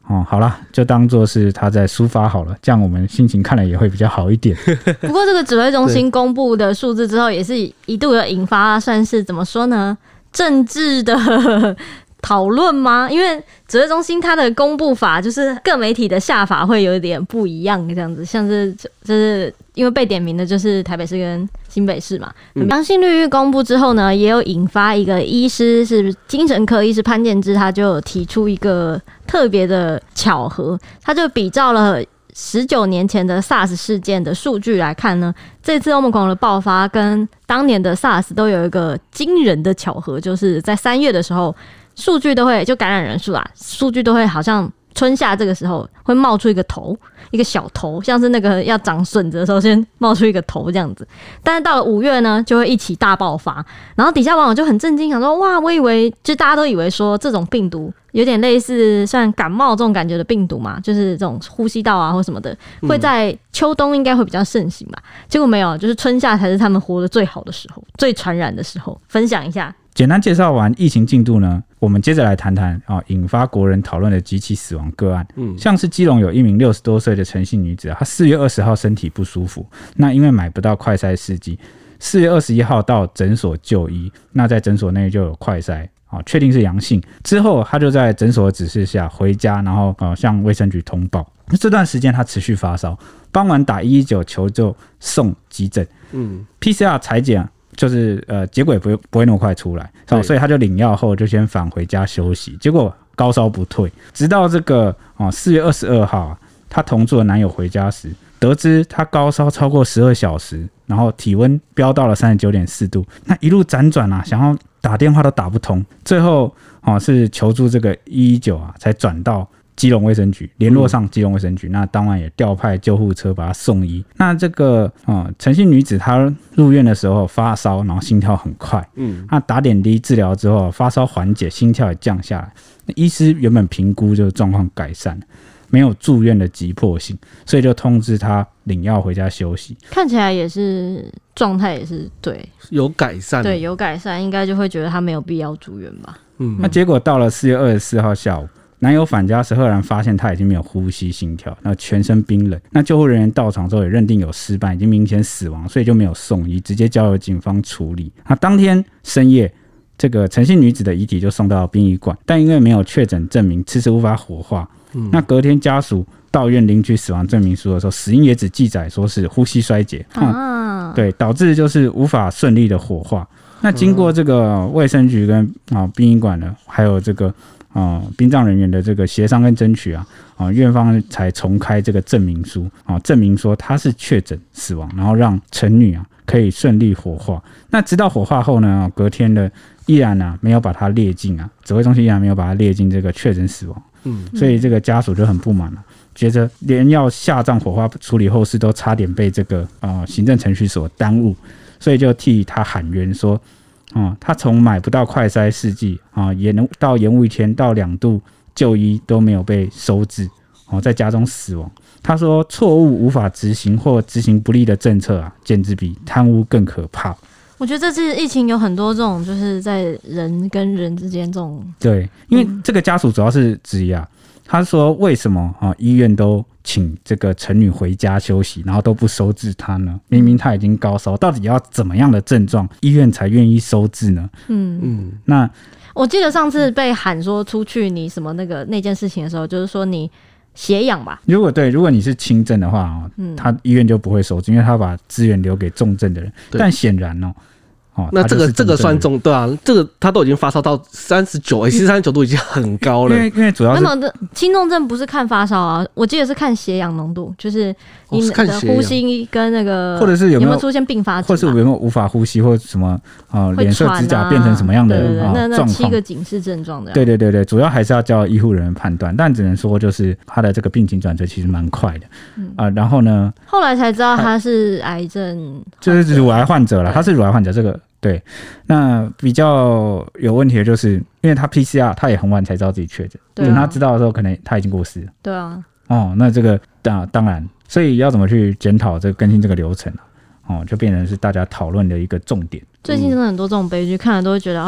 好啦，就当做是他在抒发好了，这样我们心情看了也会比较好一点。
不过这个指挥中心公布的数字之后，也是一度有引发算是怎么说呢，政治的讨论吗？因为指挥中心它的公布法就是各媒体的下法会有点不一样，这样子，像是就是因为被点名的就是台北市跟新北市嘛。阳性率公布之后呢，也有引发一个医师是精神科医师潘建之，他就有提出一个特别的巧合，他就比照了19年前的 SARS 事件的数据来看呢，这次 Omicron 的爆发跟当年的 SARS 都有一个惊人的巧合，就是在3月的时候，数据都会就感染人数啦，数据都会好像春夏这个时候会冒出一个头，一个小头，像是那个要长笋子的时候先冒出一个头这样子。但是到了5月呢，就会一起大爆发，然后底下网友就很震惊，想说哇，我以为就大家都以为说这种病毒有点类似像感冒这种感觉的病毒嘛，就是这种呼吸道啊或什么的，会在秋冬应该会比较盛行吧。结果没有，就是春夏才是他们活得最好的时候，最传染的时候。分享一下。
简单介绍完疫情进度呢，我们接着来谈谈引发国人讨论的几起死亡个案。像是基隆有一名60多岁的陈姓女子，她4月20号身体不舒服，那因为买不到快筛试剂，4月21号到诊所就医，那在诊所内就有快筛，确定是阳性之后，她就在诊所的指示下回家，然后向卫生局通报。这段时间她持续发烧，傍晚打119求救送急诊，PCR 采检就是结果也不会那么快出来，所以他就领药后就先返回家休息，结果高烧不退，直到这个4月22号他同住的男友回家时，得知他高烧超过12小时，然后体温飙到了 39.4 度，那一路辗转想要打电话都打不通，最后是求助这个119才转到基隆卫生局，联络上基隆卫生局，那当晚也调派救护车把她送医。那这个陈姓女子她入院的时候发烧，然后心跳很快，那打点滴治疗之后发烧缓解，心跳也降下来。医师原本评估就是状况改善，没有住院的急迫性，所以就通知她领药回家休息。
看起来也是状态也是对
有改善，
对有改善，应该就会觉得她没有必要住院吧。
那结果到了4月24号下午。男友返家时，赫然发现他已经没有呼吸、心跳，那全身冰冷。那救护人员到场之后也认定有尸斑，已经明显死亡，所以就没有送医，直接交由警方处理。那当天深夜，这个陈姓女子的遗体就送到殡仪馆，但因为没有确诊证明，迟迟无法火化。那隔天家属到院领取死亡证明书的时候，死因也只记载说是呼吸衰竭，对，导致就是无法顺利的火化。那经过这个卫生局跟殡仪馆的，还有这个殡葬人员的这个协商跟争取院方才重开这个证明书证明说他是确诊死亡，然后让陈女可以顺利火化。那直到火化后呢，隔天的依然没有把它列进指挥中心依然没有把它列进这个确诊死亡，所以这个家属就很不满了，觉得连要下葬火化处理后事都差点被这个行政程序所耽误，所以就替他喊冤说他从买不到快筛试剂到延误1天到2度就医都没有被收治在家中死亡。他说错误无法执行或执行不力的政策简直比贪污更可怕。
我觉得这次疫情有很多这种就是在人跟人之间这种，
对，因为这个家属主要是质疑他说为什么医院都请这个陈女回家休息，然后都不收治她呢？明明她已经高烧，到底要怎么样的症状医院才愿意收治呢？那
我记得上次被喊说出去你什么那件事情的时候，就是说你血氧吧。如
果你是轻症的话他医院就不会收治，因为他把资源留给重症的人。但显然
那这个算重，对啊，这个他都已经发烧到39，其实39度已经很高了。
因为主要是
轻重症不是看发烧我记得是看血氧浓度，就是你的呼吸跟那个，
或者是有没有
出现并发症，
或是有没有无法呼吸，或者什么脸色指甲变成什么样的
那7个警示症状的。
对，主要还是要叫医护人员判断，但只能说就是他的这个病情转折其实蛮快的然后呢，
后来才知道他是癌症，
就是乳癌患者了，他是乳癌患者这个。对，那比较有问题的就是因为他 PCR 他也很晚才知道自己确诊，等他知道的时候可能他已经过世了。
对啊，
那这个当然，所以要怎么去检讨这个更新这个流程就变成是大家讨论的一个重点。
最近真的很多这种悲剧，看了都会觉得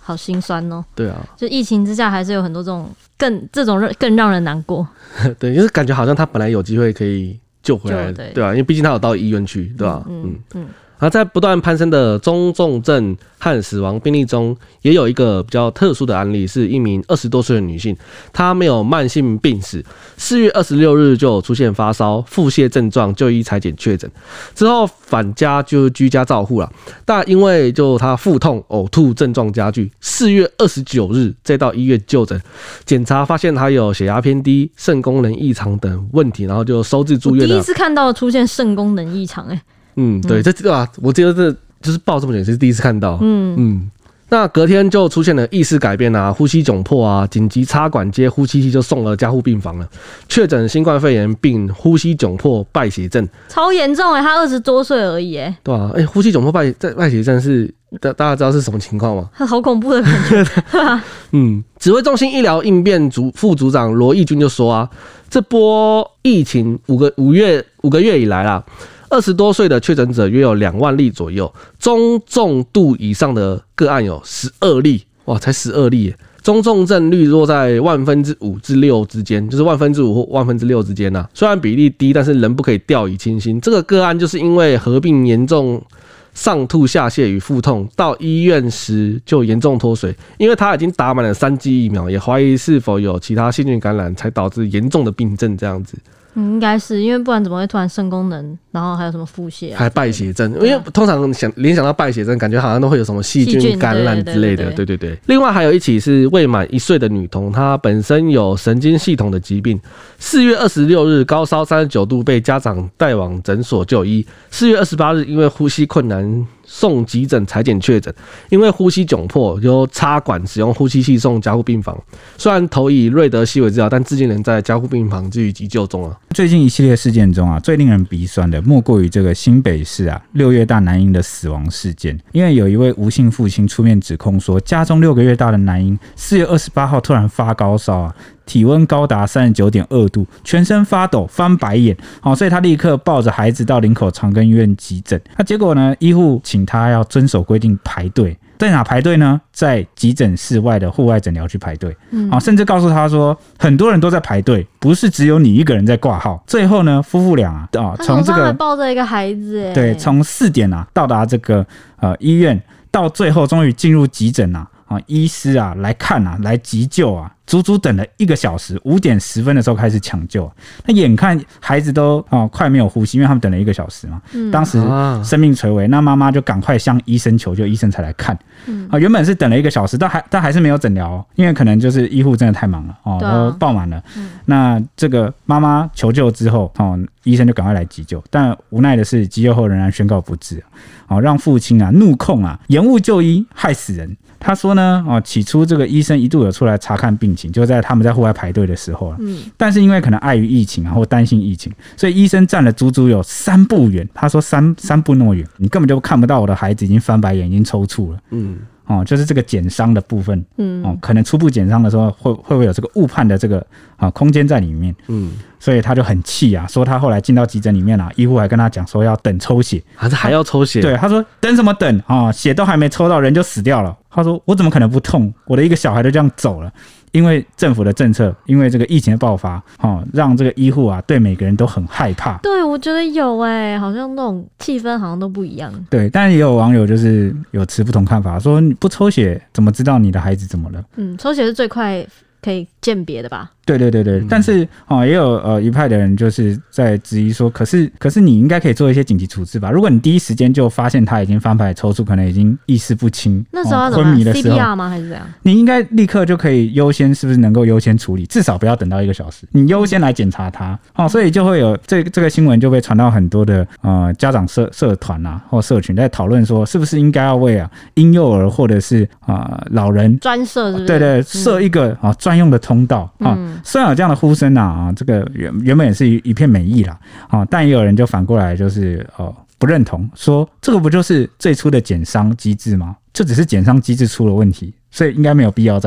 好心酸哦。
对啊，
就疫情之下，还是有很多这种更让人难过。
对，就是感觉好像他本来有机会可以救回来，对啊，因为毕竟他有到医院去，对吧？而在不断攀升的中重症和死亡病例中，也有一个比较特殊的案例，是一名20多岁的女性，她没有慢性病史，4月26日就出现发烧、腹泻症状，就医采检确诊，之后返家就居家照护了。但因为就她腹痛、呕吐症状加剧，4月29日再到医院就诊，检查发现她有血压偏低、肾功能异常等问题，然后就收治住院了。
我第一次看到出现肾功能异常，
对，这对吧？我记得这就是报这么久，是第一次看到。那隔天就出现了意识改变啊，呼吸窘迫啊，紧急插管接呼吸器就送了加护病房了，确诊新冠肺炎并呼吸窘迫败血症，
超严重他20多岁而已
对啊，呼吸窘迫败血症是大家知道是什么情况吗？
好恐怖的感觉。
指挥中心医疗应变组副组长罗义军就说啊，这波疫情5个月以来啦，20多岁的确诊者约有2万例左右，中重度以上的个案有12例，哇，才12例耶！中重症率落在5%至6%之间，就是5%或6%之间呐。虽然比例低，但是人不可以掉以轻心。这个个案就是因为合并严重上吐下泻与腹痛，到医院时就严重脱水，因为他已经打满了3剂疫苗，也怀疑是否有其他细菌感染，才导致严重的病症这样子。
应该是因为不然怎么会突然肾功能，然后还有什么腹泻
还败血症？因为通常联想到败血症，感觉好像都会有什么细菌感染之类的。对。另外还有一起是未满1岁的女童，她本身有神经系统的疾病，4月26日高烧39度被家长带往诊所就医，4月28日因为呼吸困难送急诊采检确诊，因为呼吸窘迫由插管使用呼吸器送加护病房，虽然投以瑞德西韦治疗，但至今仍在加护病房治愈急救中啊。
最近一系列事件中啊，最令人鼻酸的莫过于这个新北市6月大男婴的死亡事件。因为有一位吴姓父亲出面指控说，家中6个月大的男婴4月28号突然发高烧体温高达39.2度，全身发抖，翻白眼，所以他立刻抱着孩子到林口长庚医院急诊。结果呢，医护请他要遵守规定排队。在哪排队呢？在急诊室外的户外诊疗区排队。甚至告诉他说，很多人都在排队，不是只有你一个人在挂号。最后呢，夫妇俩从这个
抱着一个孩子，
对，从4点到达这个医院，到最后终于进入急诊医师来看来急救足足等了1个小时，5点10分的时候开始抢救。那眼看孩子都快没有呼吸，因为他们等了1个小时嘛，当时生命垂危，那妈妈就赶快向医生求救，医生才来看。原本是等了1个小时，但还是没有诊疗因为可能就是医护真的太忙了都爆满了。那这个妈妈求救之后医生就赶快来急救，但无奈的是急救后仍然宣告不治让父亲怒控延误就医，害死人。他说呢，起初这个医生一度有出来查看病情，就在他们在户外排队的时候但是因为可能碍于疫情或担心疫情，所以医生站了足足有3步远。他说三步那么远，你根本就看不到我的孩子已经翻白眼，已经抽搐了。就是这个减伤的部分，可能初步减伤的时候会不会有这个误判的这个空间在里面，所以他就很气说他后来进到急诊里面医护还跟他讲说要等抽血，
还要抽血？对，
他说等什么等血都还没抽到，人就死掉了。他说我怎么可能不痛？我的一个小孩都这样走了。因为政府的政策，因为这个疫情的爆发让这个医护对每个人都很害怕。
对，我觉得有好像那种气氛好像都不一样。
对，但也有网友就是有持不同看法，说你不抽血怎么知道你的孩子怎么了？
抽血是最快可以鉴别的吧？
对，但是也有一派的人就是在质疑说，可是你应该可以做一些紧急处置吧？如果你第一时间就发现他已经翻白抽搐，可能已经意识不清，
那时候要怎么
昏迷的时候
CPR 吗？还是怎样？
你应该立刻就可以优先，是不是能够优先处理？至少不要等到1个小时，你优先来检查他所以就会有这个新闻就被传到很多的家长社团或社群在讨论说，是不是应该要为婴幼儿或者是老人
专设，是不是？
对，设一个专用的通道虽然有这样的呼声这个原本也是一片美意啦但也有人就反过来就是不认同，说这个不就是最初的减伤机制吗？这只是减伤机制出了问题，所以应该没有必要再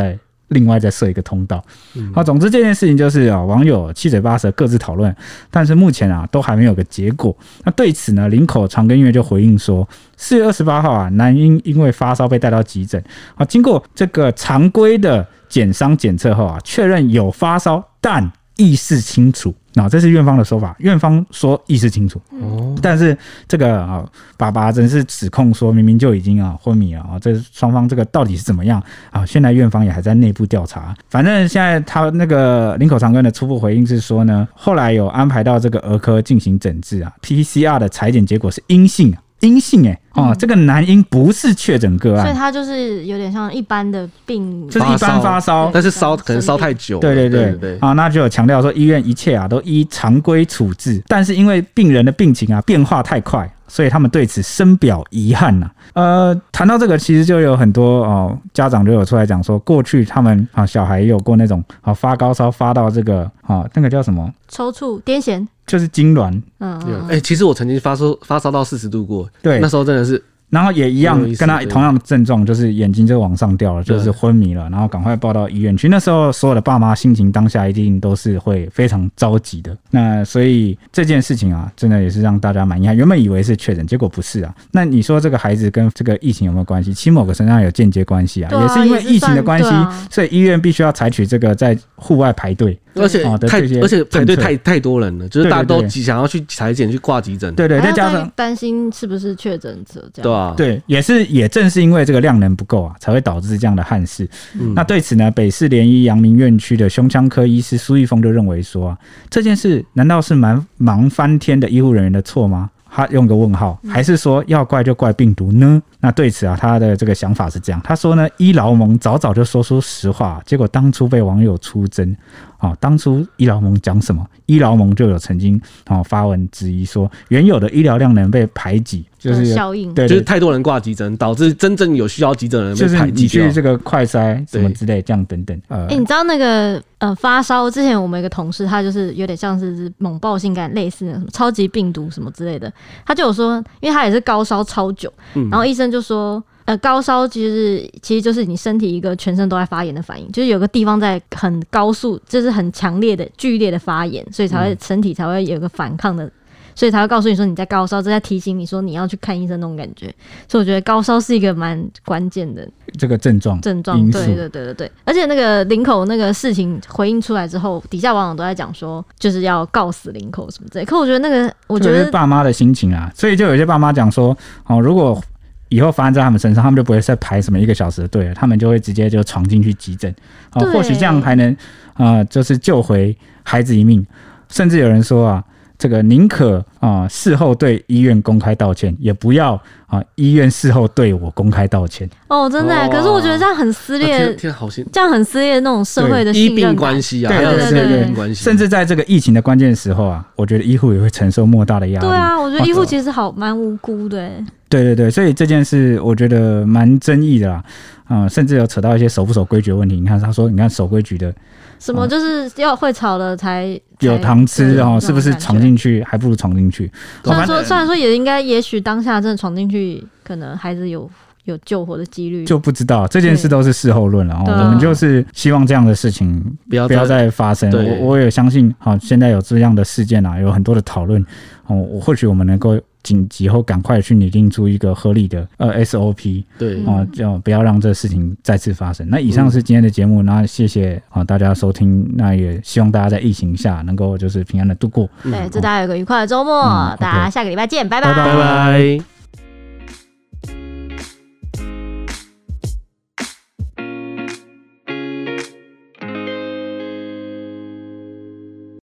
另外再设一个通道。好，总之这件事情就是网友七嘴八舌各自讨论，但是目前都还没有个结果。那对此呢，林口长庚医院就回应说，4月28号男婴因为发烧被带到急诊，经过这个常规的检伤检测后确认有发烧，但意识清楚。这是院方的说法，院方说意识清楚，但是这个爸爸真是指控说明明就已经昏迷了这双方这个到底是怎么样现在院方也还在内部调查。反正现在他那个林口长庚的初步回应是说呢，后来有安排到这个儿科进行诊治PCR 的采检结果是阴性这个男婴不是确诊个案，
所以他就是有点像一般的病，
就是一般发烧，
但是可能烧太久了。
对那就有强调说医院一切都依常规处置，但是因为病人的病情变化太快，所以他们对此深表遗憾谈到这个，其实就有很多家长就有出来讲说，过去他们小孩也有过那种发高烧发到这个那个叫什么
抽搐、癫痫，
就是痉挛。
其实我曾经发烧到40度过，
对，
那时候真的是。
然后也一样跟他同样的症状，就是眼睛就往上掉了，就是昏迷了，然后赶快抱到医院去。那时候所有的爸妈心情当下一定都是会非常着急的。那所以这件事情真的也是让大家蛮遗憾。原本以为是确诊，结果不是那你说这个孩子跟这个疫情有没有关系？其实某个身上有间接关系也是因为疫情的关系，所以医院必须要采取这个在户外排队。
而且排队太多人了，就是大家都想要去采检去挂急诊，
对，再加上
担心是不是确诊者这样，
对，也正是因为这个量能不够才会导致这样的憾事。那对此呢，北市联医阳明院区的胸腔科医师苏玉峰就认为说这件事难道是忙翻天的医护人员的错吗？他用个问号，还是说要怪就怪病毒呢？那对此他的这个想法是这样，他说呢，医劳盟早就说出实话，结果当初被网友出征当初医劳盟讲什么？医劳盟就有曾经发文质疑说，原有的医疗量能被排挤，就是
效应，
对，就是太多人挂急诊，导致真正有需要急诊的人被排挤掉，
就是你去这个快筛什么之类，这样等等。
你知道那个发烧之前，我们有一个同事，他就是有点像是猛爆性感，类似那什么超级病毒什么之类的，他就有说，因为他也是高烧超久，然后医生就说。高烧其实就是你身体一个全身都在发炎的反应，就是有个地方在很高速，就是很强烈的剧烈的发炎，所以身体才会有个反抗的，所以才会告诉你说你在高烧，这在提醒你说你要去看医生那种感觉。所以我觉得高烧是一个蛮关键的
这个症状因素。
对，而且那个林口那个事情回应出来之后，底下网友都在讲说就是要告死林口什么之类。可我觉得那个，我觉得
爸妈的心情所以就有些爸妈讲说如果以后发生在他们身上，他们就不会再排什么1个小时的队了，他们就会直接就闯进去急诊，或许这样还能就是救回孩子一命。甚至有人说这个宁可事后对医院公开道歉，也不要医院事后对我公开道歉。
真的可是我觉得这样很撕裂，这样很撕裂那种社会的信任感，
医病关系
对，甚至在这个疫情的关键时候我觉得医护也会承受莫大的压力。
对我觉得医护其实蛮无辜的。
对，所以这件事我觉得蛮争议的啦，甚至有扯到一些守不守规矩的问题。你看他说，你看守规矩的
什么就是要会吵了才
有糖吃是不是闯进去还不如闯进去。
虽然说也许当下真的闯进去，可能孩子有救活的几率，
就不知道。这件事都是事后论了，我们就是希望这样的事情不要再发生。我也相信现在有这样的事件有很多的讨论，或许我们能够紧急后赶快去拟定出一个合理的SOP，
对
就不要让这事情再次发生。那以上是今天的节目，那谢谢大家收听，那也希望大家在疫情下能够就是平安的度过。
对，祝大家有个愉快的周末，大家下个礼拜见，拜
拜。